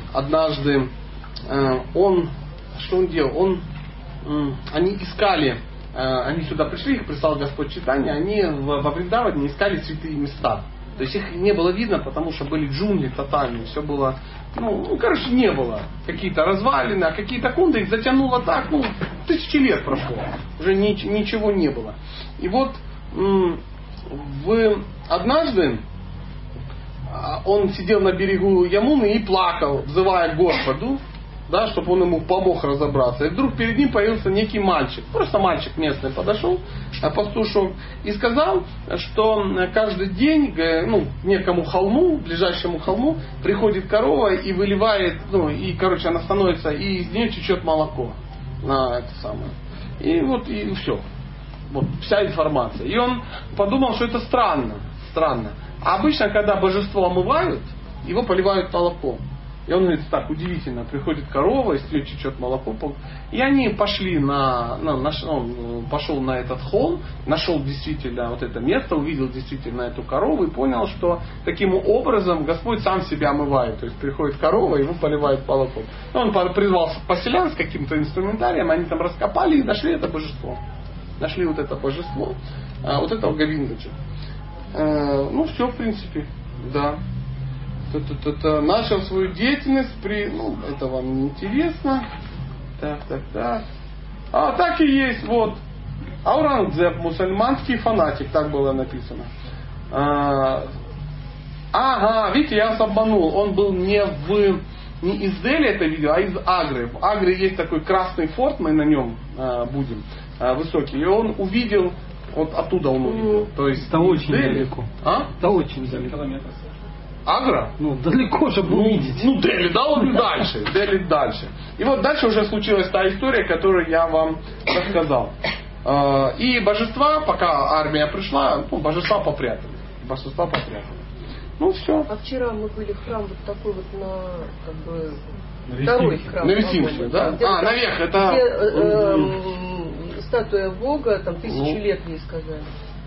он, что он делал? Они искали, они сюда пришли, их прислал Господь Чайтанья, они во Вриндаване искали святые места. То есть их не было видно, потому что были джунгли тотальные, все было, короче, не было. Какие-то развалины, а какие-то кунды их затянуло так, 1000 лет прошло, уже ничего не было. И вот однажды он сидел на берегу Ямуны и плакал, взывая к Господу, да, чтобы он ему помог разобраться. И вдруг перед ним появился некий мальчик. Просто мальчик местный подошел, пастушок, и сказал, что каждый день к некому холму, ближайшему холму, приходит корова и выливает, она становится, и из нее течет молоко. На это самое. И все. Вот вся информация. И он подумал, что это странно. А обычно, когда божество омывают, его поливают молоком. И он говорит, так, удивительно, приходит корова, из нее течет молоко. И они пошли он пошел на этот холм, нашел действительно вот это место, увидел действительно эту корову и понял, что таким образом Господь сам себя омывает. То есть приходит корова, его поливает молоком. Он призвал поселян с каким-то инструментарием, они там раскопали и нашли это божество. Нашли вот это божество, вот этого Говиндаджи. Все, в принципе, да. Начал свою деятельность это вам не интересно. Так. А так и есть, вот. Аурангзеб, мусульманский фанатик, так было написано. Видите, я вас обманул. Он был не из Дели это видео, а из Агры. В Агре есть такой красный форт, мы на нем будем, высокий. И он увидел, вот оттуда он увидел. То есть это очень Дели. далеко. Это очень далеко. Агра? Далеко же было увидеть. Дели, да, он дальше. Дели дальше. И вот дальше уже случилась та история, которую я вам рассказал. И божества, пока армия пришла, божества попрятали. Все. А вчера мы были в храм вот такой вот второй храм. На Висимсе, да? Наверх, это... Где статуя Бога, там 1000 лет ей сказали.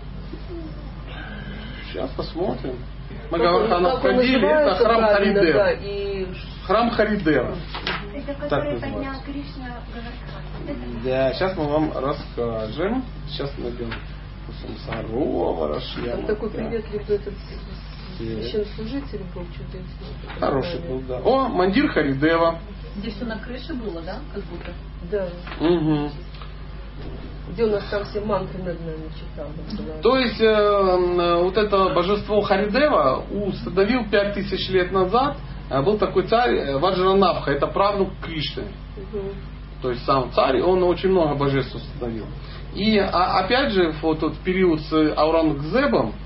Сейчас посмотрим. Мы входили, это храм Харидева. Да, храм Харидева. Это который поднял Кришна Гавардхан. Да, сейчас мы вам расскажем. Сейчас найдем Самсарова, Рашья. Там такой приветливый этот священнослужитель был чудесный. Хороший был, да. Мандир Харидева. Здесь все на крыше было, да? Как будто. Да. Угу. Где у нас там все мантры, наверное, читал. То есть вот это божество Харидева установил 5000 лет назад. Был такой царь Ваджранабха, это правнук Кришны. То есть сам царь, он очень много божеств установил. И опять же, вот тот период с Аурангзебом,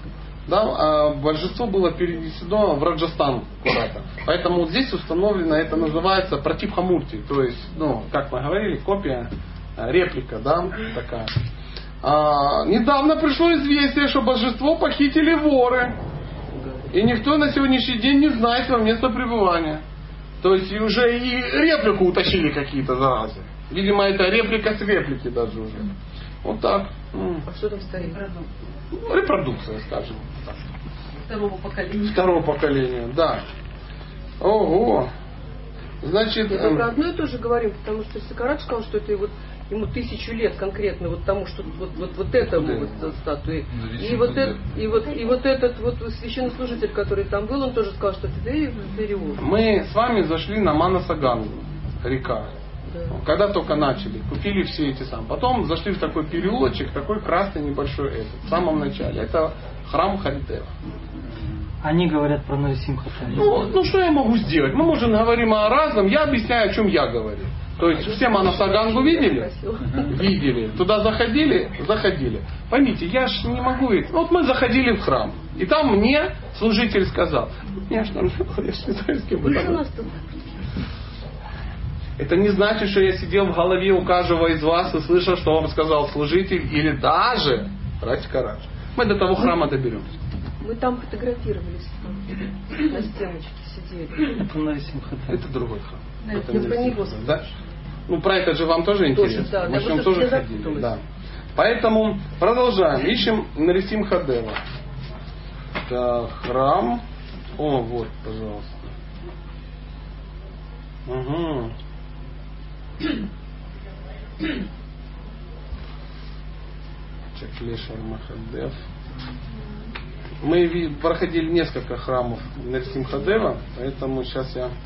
да, а божество было перенесено в Раджастан куда-то. Поэтому вот здесь установлено, это называется Пратибхамурти, то есть, как мы говорили, копия, реплика, да, такая. Недавно пришло известие, что божество похитили воры. И никто на сегодняшний день не знает его место пребывания. То есть уже и реплику утащили какие-то заразы. Видимо, это реплика с реплики даже уже. Вот так. А что там стоит? Репродукция, скажем. Второго поколения. Второго поколения, да. Ого. Значит... Мы про одно и то же говорим, потому что Сакарат сказал, что это вот ему 1000 лет конкретно вот тому, что вот это вот статуи. И вот этот вот священнослужитель, который там был, он тоже сказал, что это перевод. Мы с вами зашли на Манасагангу, река. Да. Когда только начали, купили все эти самые. Потом зашли в такой переулочек, такой красный небольшой в самом начале. Это храм Харидева. Они говорят про Нарисимха-Деву. Ну что я могу сделать? Мы можем говорим о разном, я объясняю, о чем я говорю. То есть все Манасагангу видели? Видели. Туда заходили? Заходили. Поймите, я ж не могу ведь. Вот мы заходили в храм. И там мне служитель сказал, я ж там, я ж не знаю, с кем вы там. Это не значит, что я сидел в голове у каждого из вас и слышал, что вам сказал служитель, или даже Радж. Мы до того храма доберемся. Мы там фотографировались, на стеночке сидели. Это Нарисимха-Деву. Это другой храм. Это я про него. Да? Ну, про это же вам тоже интересно. Да, мы же тоже ходили. Да. Поэтому продолжаем. Ищем Нарисимха-Деву. Так, храм. О, вот, пожалуйста. Угу. Чаклешвар Махадев. Мы проходили несколько храмов Нарисимха-Дева, поэтому сейчас я...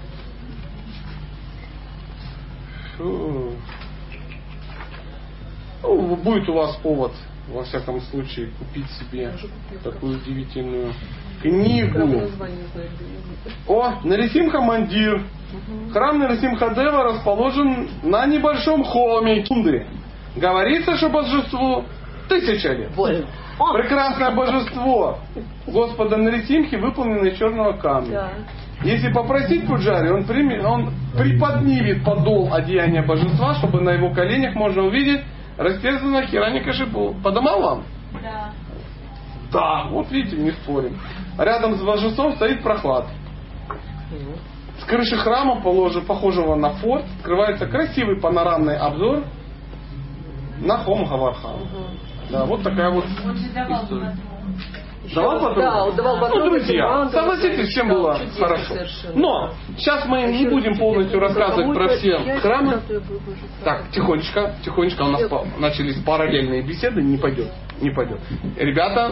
будет у вас повод, во всяком случае, купить себе такую удивительную книгу. О, Нарисимха-Мандир. Храм Нарисимха-Дева расположен на небольшом холме Тундры. Говорится, что божеству 1000 лет. Прекрасное божество Господа Нарисимхи выполнено из черного камня. Если попросить Пуджари, он приподнимет подол одеяния божества, чтобы на его коленях можно увидеть растерзанного Хираньякашипу. Подумал вам? Да. Да, вот видите, не спорим. Рядом с божеством стоит прохлад. С крыши храма, похожего на форт, открывается красивый панорамный обзор на Хом-Гавархан. Да, вот такая вот история. Давал патроны? Да, он давал патроны. Друзья, согласитесь, чем было хорошо. Но сейчас мы не будем полностью рассказывать про все храмы. Так, тихонечко у нас начались параллельные беседы, не пойдет. Ребята,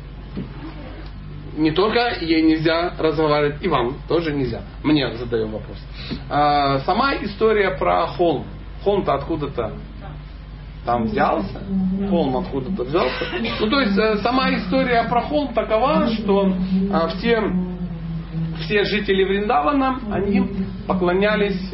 не только ей нельзя разговаривать, и вам тоже нельзя. Мне задаем вопрос. Сама история про холм. Холм-то откуда-то там взялся, холм откуда-то взялся. Ну, то есть, сама история про холм такова, что все жители Вриндавана, они поклонялись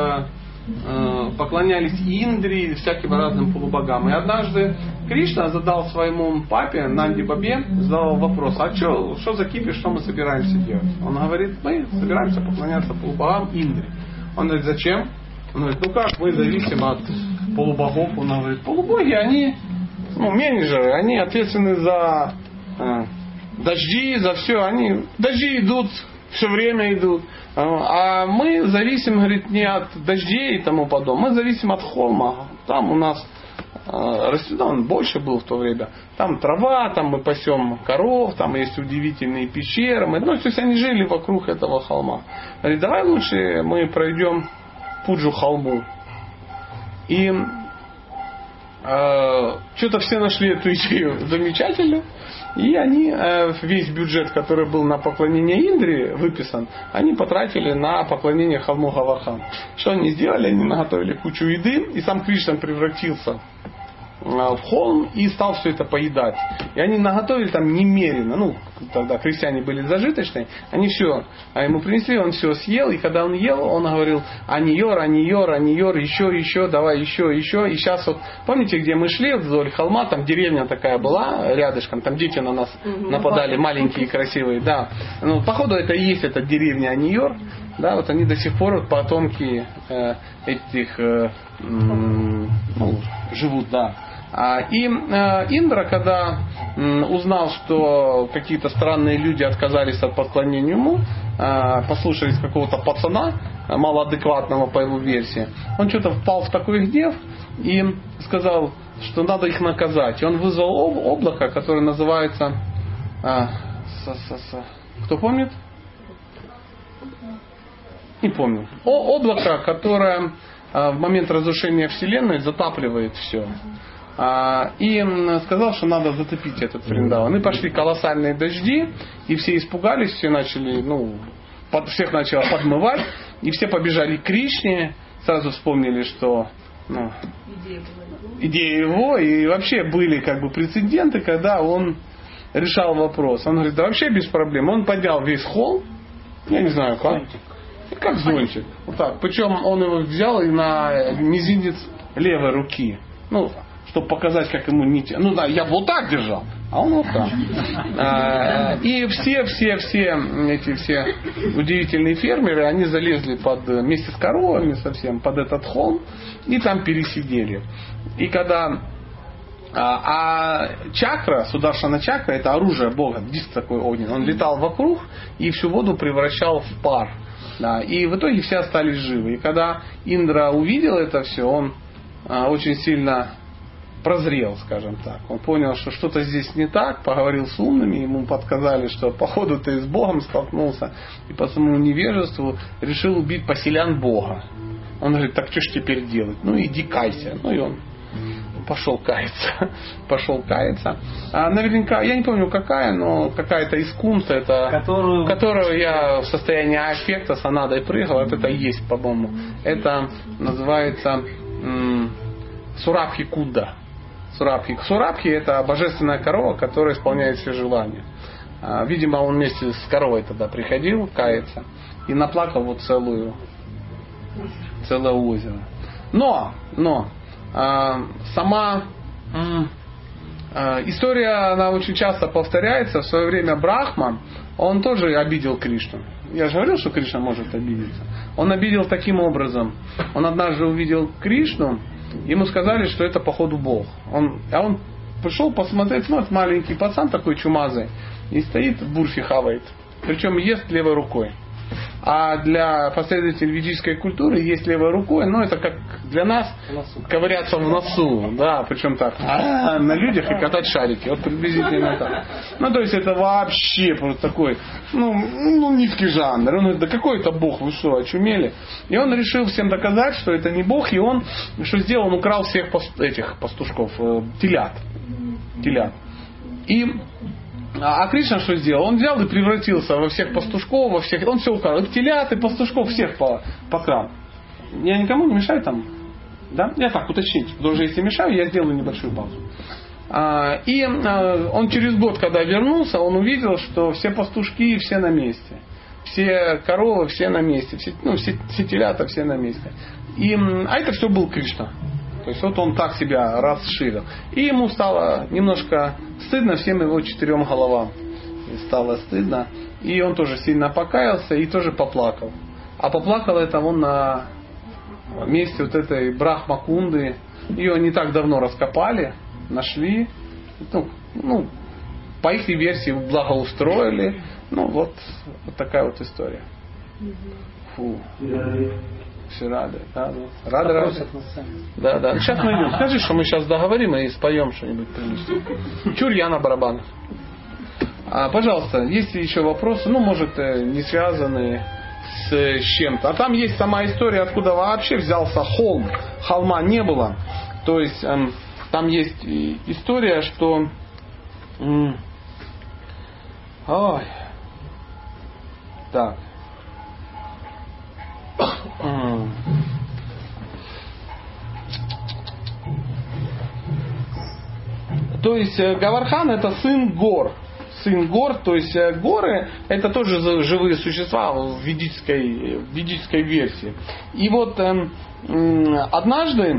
Индре и всяким разным полубогам. И однажды Кришна задал своему папе, Нанди Бабе, задал вопрос, а что за кипиш, что мы собираемся делать? Он говорит, мы собираемся поклоняться полубогам Индре. Он говорит, зачем? Он говорит, ну как, мы зависим от полубогов. Он говорит, полубоги, они менеджеры, они ответственны за дожди, за все. Дожди идут, все время идут. А мы зависим, говорит, не от дождей и тому подобное. Мы зависим от холма. Там у нас растет, он больше был в то время. Там трава, там мы пасем коров, там есть удивительные пещеры. То есть они жили вокруг этого холма. Говорит, давай лучше мы пройдем Пуджу холму. И что-то все нашли эту идею замечательную. И они весь бюджет, который был на поклонение Индре выписан, они потратили на поклонение холму Гавархан. Что они сделали? Они наготовили кучу еды, и сам Кришна превратился в холм и стал все это поедать. И они наготовили там немерено. Ну, тогда крестьяне были зажиточные. Они все ему принесли, он все съел. И когда он ел, он говорил: Аниор, еще, давай еще. И сейчас вот, помните, где мы шли вдоль холма, там деревня такая была рядышком, там дети на нас нападали, маленькие, красивые. Да. Ну, походу, это и есть эта деревня Аниор. Да, вот они до сих пор вот, потомки этих живут, да. И Индра, когда узнал, что какие-то странные люди отказались от поклонения ему, послушались какого-то пацана, малоадекватного по его версии, он что-то впал в такой гнев и сказал, что надо их наказать. И он вызвал облако, которое называется... Кто помнит? Не помню. Облако, которое в момент разрушения Вселенной затапливает все. И сказал, что надо затопить этот Вриндаван. И пошли колоссальные дожди, и все испугались, все начали, всех начало подмывать, и все побежали к Кришне, сразу вспомнили, что идея его, и вообще были как бы прецеденты, когда он решал вопрос. Он говорит, да вообще без проблем. Он поднял весь холм, я не знаю как зонтик. Вот так. Причем он его взял и на мизинец левой руки. Чтобы показать, как ему не... я бы вот так держал, а он вот так. И все удивительные фермеры, они залезли вместе с коровами совсем под этот холм и там пересидели. И когда... чакра, Сударшана чакра, это оружие Бога, диск такой огненный, он летал вокруг и всю воду превращал в пар. Да, и в итоге все остались живы. И когда Индра увидел это все, он очень сильно прозрел, скажем так. Он понял, что что-то здесь не так, поговорил с умными, ему подсказали, что походу ты с Богом столкнулся, и по своему невежеству решил убить поселян Бога. Он говорит, так что ж теперь делать? Иди кайся. И он пошел каяться. Наверняка, я не помню какая, но какая-то из кунта, которую я в состоянии аффекта с Анадой прыгал, это и есть, по-моему. Это называется Сурабхи Кунда. Сурабхи это божественная корова, которая исполняет все желания. Видимо, он вместе с коровой тогда приходил каяться и наплакал вот целое озеро. Но сама история, она очень часто повторяется. В свое время Брахма, он тоже обидел Кришну. Я же говорил, что Кришна может обидеться. Он обидел таким образом. Он однажды увидел Кришну, ему сказали, что это походу Бог. Он пришел посмотреть, смотрит, маленький пацан такой чумазый, и стоит, бурфи хавает. Причем ест левой рукой. А для последователей ведической культуры есть левой рукой, это как для нас ковыряться в носу, да, причем так, на людях и катать шарики, вот приблизительно так. То есть это вообще просто такой, низкий жанр. Он говорит, да какой это Бог, вы что, очумели? И он решил всем доказать, что это не Бог, и он, что сделал, он украл всех этих пастушков, телят. А Кришна что сделал? Он взял и превратился во всех пастушков, он все украл. И телят, и пастушков всех покрал. Я никому не мешаю там? Да? Я так уточнить. Потому что если мешаю, я сделаю небольшую паузу. И он через год, когда вернулся, он увидел, что все пастушки все на месте. Все коровы все на месте. Все телята все на месте. А это все был Кришна. То есть вот он так себя расширил. И ему стало немножко стыдно всем его 4 головам. И стало стыдно. И он тоже сильно покаялся и тоже поплакал. А поплакал это он на месте вот этой Брахма-кунды. Ее не так давно раскопали, нашли. По их версии благоустроили. Вот такая вот история. Фу. Все рады. Рады. Да. Сейчас мы идем. Скажи, что мы сейчас договорим и споем что-нибудь приличное. Чур я на барабанах. Пожалуйста, есть ли еще вопросы? Может, не связанные с чем-то. А там есть сама история, откуда вообще взялся холм. Холма не было. То есть, там есть история, что... Так. То есть Гавархан это сын гор. Сын гор, то есть горы это тоже живые существа в ведической версии. И вот однажды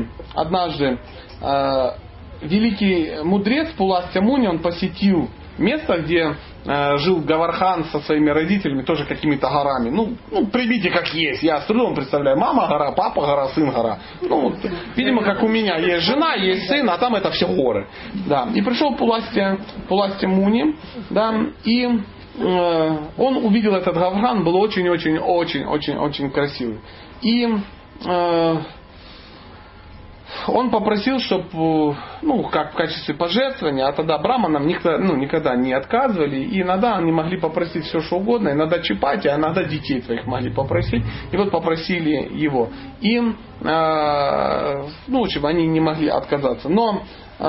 великий мудрец Пуластья Муни, он посетил место, где жил Гавархан со своими родителями, тоже какими-то горами. Ну, примите как есть. Я с трудом представляю. Мама гора, папа гора, сын гора. Ну, видимо, как у меня. Есть жена, есть сын, а там это все горы. Да. И пришел Пуластья Муни, да, и он увидел этот Гавархан, был очень очень красивый. И он попросил, чтобы, как в качестве пожертвования, а тогда браманам никогда не отказывали, и иногда они могли попросить все, что угодно, иногда чипати, а иногда детей твоих могли попросить, и вот попросили его. И, чтобы они не могли отказаться. Но,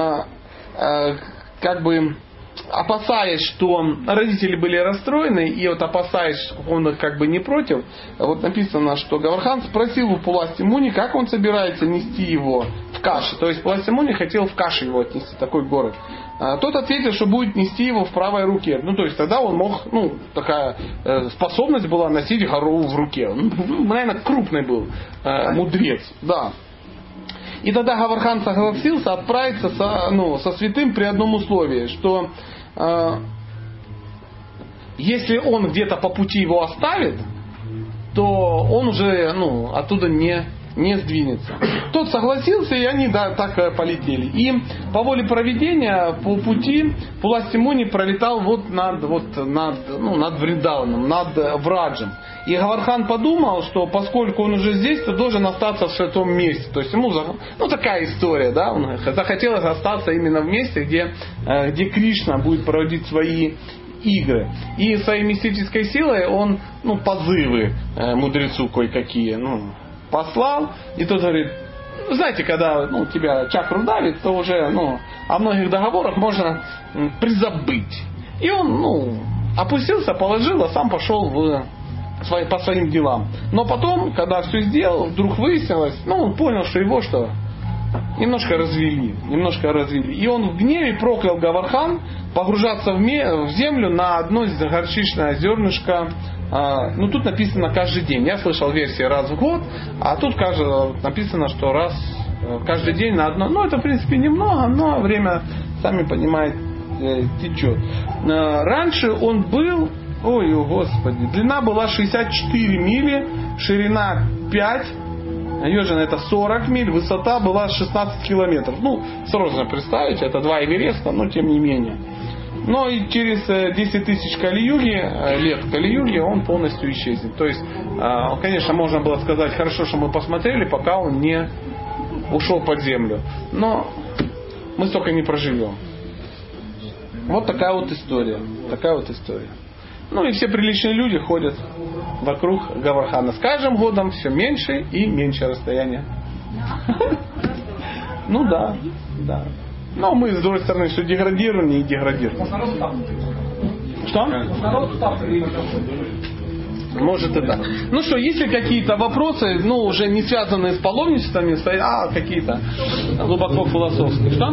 опасаясь, что родители были расстроены, и вот опасаясь, что он их не против, вот написано, что Гавархан спросил у Пуластья Муни, как он собирается нести его в каше. То есть Пуластья Муни хотел в каше его отнести, такой город. Тот ответил, что будет нести его в правой руке. То есть тогда он мог, такая способность была носить гору в руке. Наверное, крупный был мудрец, да. И тогда Гавархан согласился отправиться со святым при одном условии, что если он где-то по пути его оставит, то он уже оттуда не сдвинется. Тот согласился, и они так полетели. И по воле провидения по пути Пуластья Муни пролетал над Вриндаваном, над Враджем. И Гавархан подумал, что поскольку он уже здесь, то должен остаться в святом месте. То есть ему такая история, да, он захотелось остаться именно в месте, где Кришна будет проводить свои игры. И своей мистической силой он позывы мудрецу кое-какие послал. И тот говорит, знаете, когда тебя чакру давит, то уже о многих договорах можно призабыть. И он опустился, положил, а сам пошел по своим делам. Но потом, когда все сделал, вдруг выяснилось, он понял, что его немножко развели. И он в гневе проклял Гавархан погружаться в землю на одно горчичное зернышко. Тут написано каждый день. Я слышал версии раз в год, а тут написано, что раз каждый день на одно. Это в принципе немного, но время, сами понимаете, течет. Раньше он был, длина была 64 мили, ширина 5, Йожина это 40 миль, высота была 16 километров. Сложно представить, это 2 Эвереста, но тем не менее. Но и через 10 тысяч лет Кали-юги он полностью исчезнет. То есть, конечно, можно было сказать, хорошо, что мы посмотрели, пока он не ушел под землю. Но мы столько не проживем. Вот такая вот история. И все приличные люди ходят вокруг Гавархана. С каждым годом все меньше и меньше расстояние. Да. Но мы, с другой стороны, что деградируем, не деградируем. Что? Может и так. Если какие-то вопросы, уже не связанные с паломничествами, какие-то глубоко философские. Что?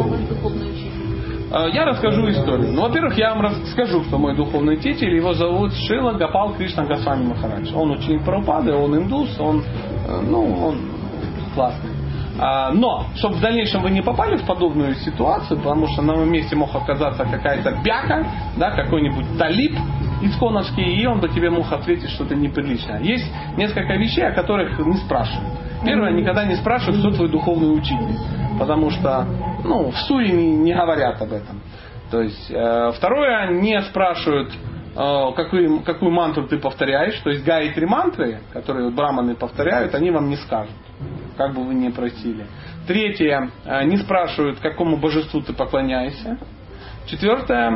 Я расскажу историю. Во-первых, я вам расскажу, кто мой духовный учитель. Его зовут Шрила Гопал Кришна Госвами Махарадж. Он ученик Прабхупады, он индус, он классный. Но, чтобы в дальнейшем вы не попали в подобную ситуацию, потому что на моем месте мог оказаться какая-то бяка, какой-нибудь талиб исконовский, и он бы тебе мог ответить что-то неприличное. Есть несколько вещей, о которых не спрашивают. Первое, никогда не спрашивают, кто твой духовный учитель. Потому что в суе не говорят об этом. То есть, второе, не спрашивают, какую мантру ты повторяешь. То есть гаятри мантры, которые браманы повторяют, они вам не скажут, как бы вы ни просили. Третье, не спрашивают, какому божеству ты поклоняешься. 4.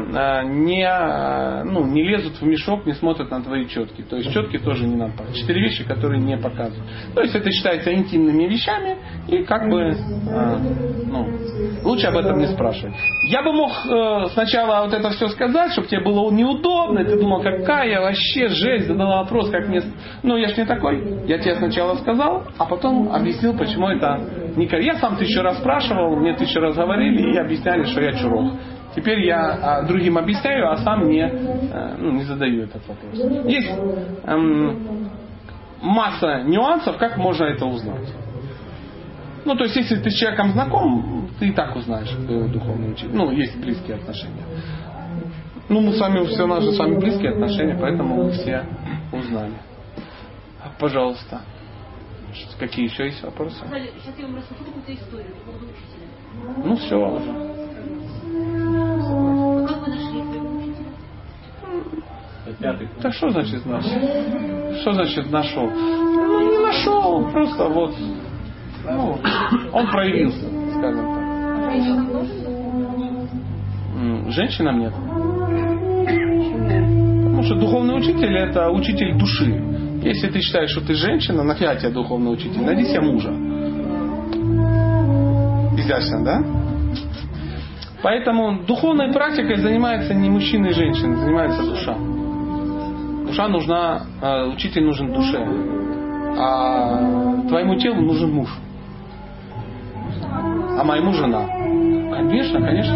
Не лезут в мешок, не смотрят на твои четки. То есть четки тоже не надо показывать. 4 вещи, которые не показывают. То есть это считается интимными вещами и лучше об этом не спрашивать. Я бы мог сначала вот это все сказать, чтобы тебе было неудобно, и ты думал, какая вообще жесть, задала вопрос, как мне... я ж не такой. Я тебе сначала сказал, а потом объяснил, почему это не... Я сам 1000 раз спрашивал, мне 1000 раз говорили и объясняли, что я чурок. Теперь я другим объясняю, а сам не задаю этот вопрос. Есть масса нюансов, как можно это узнать. То есть, если ты с человеком знаком, ты и так узнаешь, кто его духовный учитель. Есть близкие отношения. Мы с вами, все наши с вами близкие отношения, поэтому мы все узнали. Пожалуйста. Какие еще есть вопросы? Сейчас я вам расскажу какую-то историю по поводу учителя. Все уже. Как вы нашли своего учителя? Да что значит нашел? Что значит нашел? Не нашел, просто он проявился, скажем так. Женщинам нет. Потому что духовный учитель — это учитель души. Если ты считаешь, что ты женщина, нахрена тебе духовный учитель? Найди себе мужа. Изящно, да? Поэтому духовной практикой занимается не мужчина и женщина, занимается душа. Душа нужна, учитель нужен душе. А твоему телу нужен муж. А моему жена. Конечно. Когда мы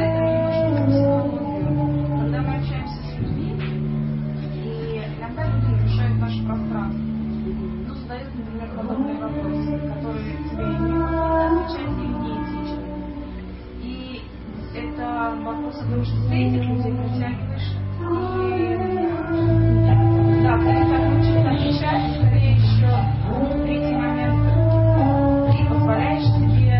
общаемся с людьми, и иногда люди нарушают наше пространство. Задают, например, подобные вопросы, которые тебе отвечать или неэтичны. И это вопрос о том, что ты этих людей притягиваешь. И да, ты так очень отвечаешь, скорее еще третий момент. Ты позволяешь себе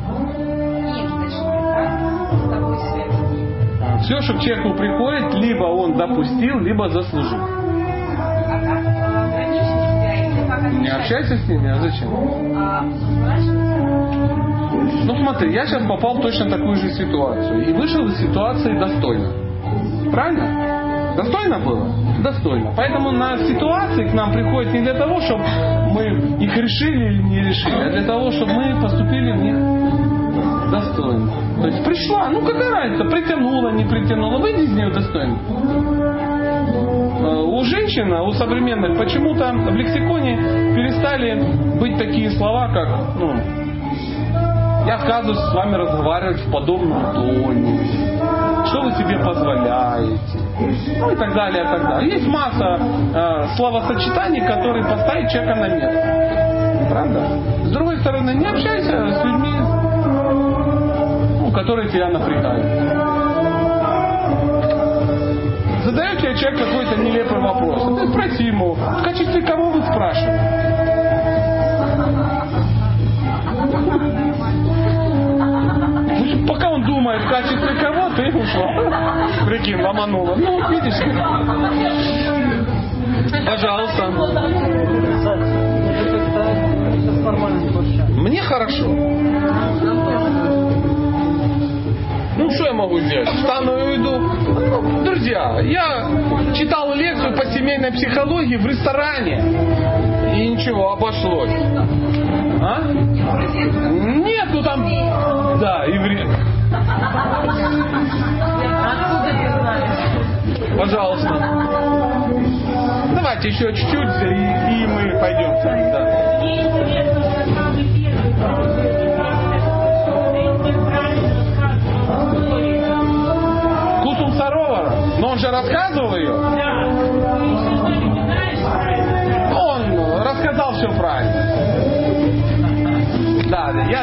все, что к человеку приходит, либо он допустил, либо заслужил. Не общайся с ними, а зачем? Смотри, я сейчас попал в точно такую же ситуацию. И вышел из ситуации достойно. Правильно? Достойно было? Достойно. Поэтому на ситуации к нам приходят не для того, чтобы мы их решили или не решили, а для того, чтобы мы поступили в них достойно. То есть пришла, какая разница, притянула, не притянула, выйди из нее достойно. У женщин, у современных, почему-то в лексиконе перестали быть такие слова, как я отказываюсь с вами разговаривать в подобном тоне, что вы себе позволяете, и так далее, и так далее. Есть масса словосочетаний, которые поставят человека на место. Правда? С другой стороны, не общайся с людьми, которые тебя напрягают. Задает тебе человек какой-то нелепый вопрос. Ты спроси ему, в качестве кого вы спрашиваете? Пока он думает, в качестве кого, ты ушла. Прикинь, ломанула. Видишь? Пожалуйста. Мне хорошо. Что я могу сделать? Встану и уйду. Друзья, я читал лекцию по семейной психологии в ресторане. И ничего, обошлось. А? Нет, там... Да, иврит. Пожалуйста. Давайте еще чуть-чуть, и мы пойдем с вами. Кусум Саровара? Но он же рассказывал ее? Он рассказал все правильно. Да, я